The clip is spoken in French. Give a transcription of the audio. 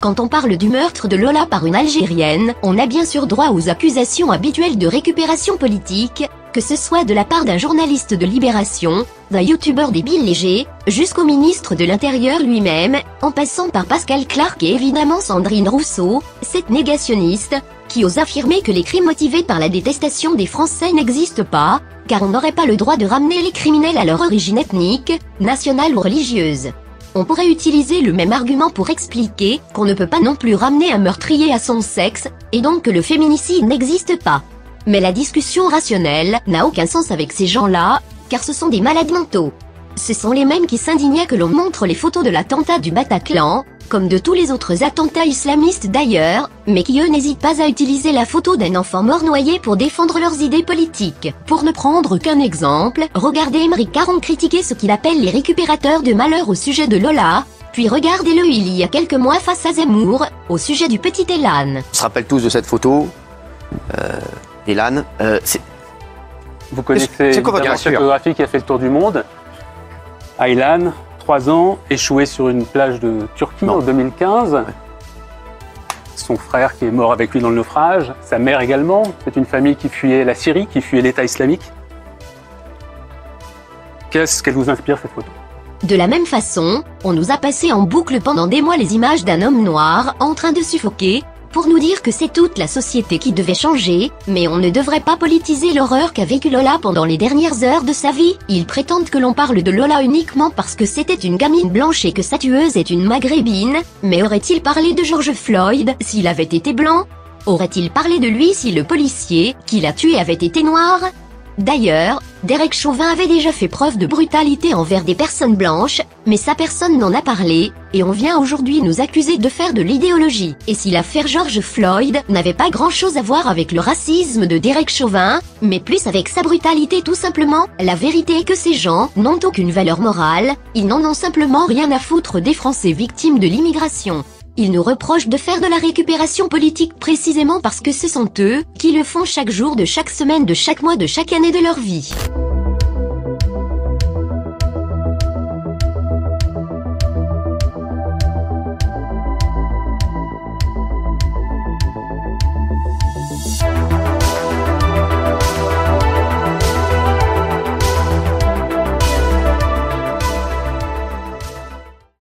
Quand on parle du meurtre de Lola par une Algérienne, on a bien sûr droit aux accusations habituelles de récupération politique, que ce soit de la part d'un journaliste de Libération, d'un youtubeur débile léger, jusqu'au ministre de l'Intérieur lui-même, en passant par Pascal Clark et évidemment Sandrine Rousseau, cette négationniste, qui ose affirmer que les crimes motivés par la détestation des Français n'existent pas, car on n'aurait pas le droit de ramener les criminels à leur origine ethnique, nationale ou religieuse. On pourrait utiliser le même argument pour expliquer qu'on ne peut pas non plus ramener un meurtrier à son sexe, et donc que le féminicide n'existe pas. Mais la discussion rationnelle n'a aucun sens avec ces gens-là, car ce sont des malades mentaux. Ce sont les mêmes qui s'indignaient que l'on montre les photos de l'attentat du Bataclan, comme de tous les autres attentats islamistes d'ailleurs, mais qui eux n'hésitent pas à utiliser la photo d'un enfant mort noyé pour défendre leurs idées politiques. Pour ne prendre qu'un exemple, regardez Aymeric Caron critiquer ce qu'il appelle les récupérateurs de malheur au sujet de Lola, puis regardez-le il y a quelques mois face à Zemmour, au sujet du petit Elan. On se rappelle tous de cette photo, Elan. Vous connaissez évidemment cette photographie qui a fait le tour du monde. Aylan, 3 ans, échoué sur une plage de Turquie en 2015. Ouais. Son frère qui est mort avec lui dans le naufrage, sa mère également. C'est une famille qui fuyait la Syrie, qui fuyait l'État islamique. Qu'est-ce qu'elle vous inspire, cette photo ? De la même façon, on nous a passé en boucle pendant des mois les images d'un homme noir en train de suffoquer, pour nous dire que c'est toute la société qui devait changer, mais on ne devrait pas politiser l'horreur qu'a vécu Lola pendant les dernières heures de sa vie. Ils prétendent que l'on parle de Lola uniquement parce que c'était une gamine blanche et que sa tueuse est une maghrébine, mais aurait-il parlé de George Floyd s'il avait été blanc? Aurait-il parlé de lui si le policier qui l'a tué avait été noir? D'ailleurs, Derek Chauvin avait déjà fait preuve de brutalité envers des personnes blanches, mais sa personne n'en a parlé, et on vient aujourd'hui nous accuser de faire de l'idéologie. Et si l'affaire George Floyd n'avait pas grand-chose à voir avec le racisme de Derek Chauvin, mais plus avec sa brutalité tout simplement, la vérité est que ces gens n'ont aucune valeur morale, ils n'en ont simplement rien à foutre des Français victimes de l'immigration. Ils nous reprochent de faire de la récupération politique précisément parce que ce sont eux qui le font chaque jour de chaque semaine de chaque mois de chaque année de leur vie.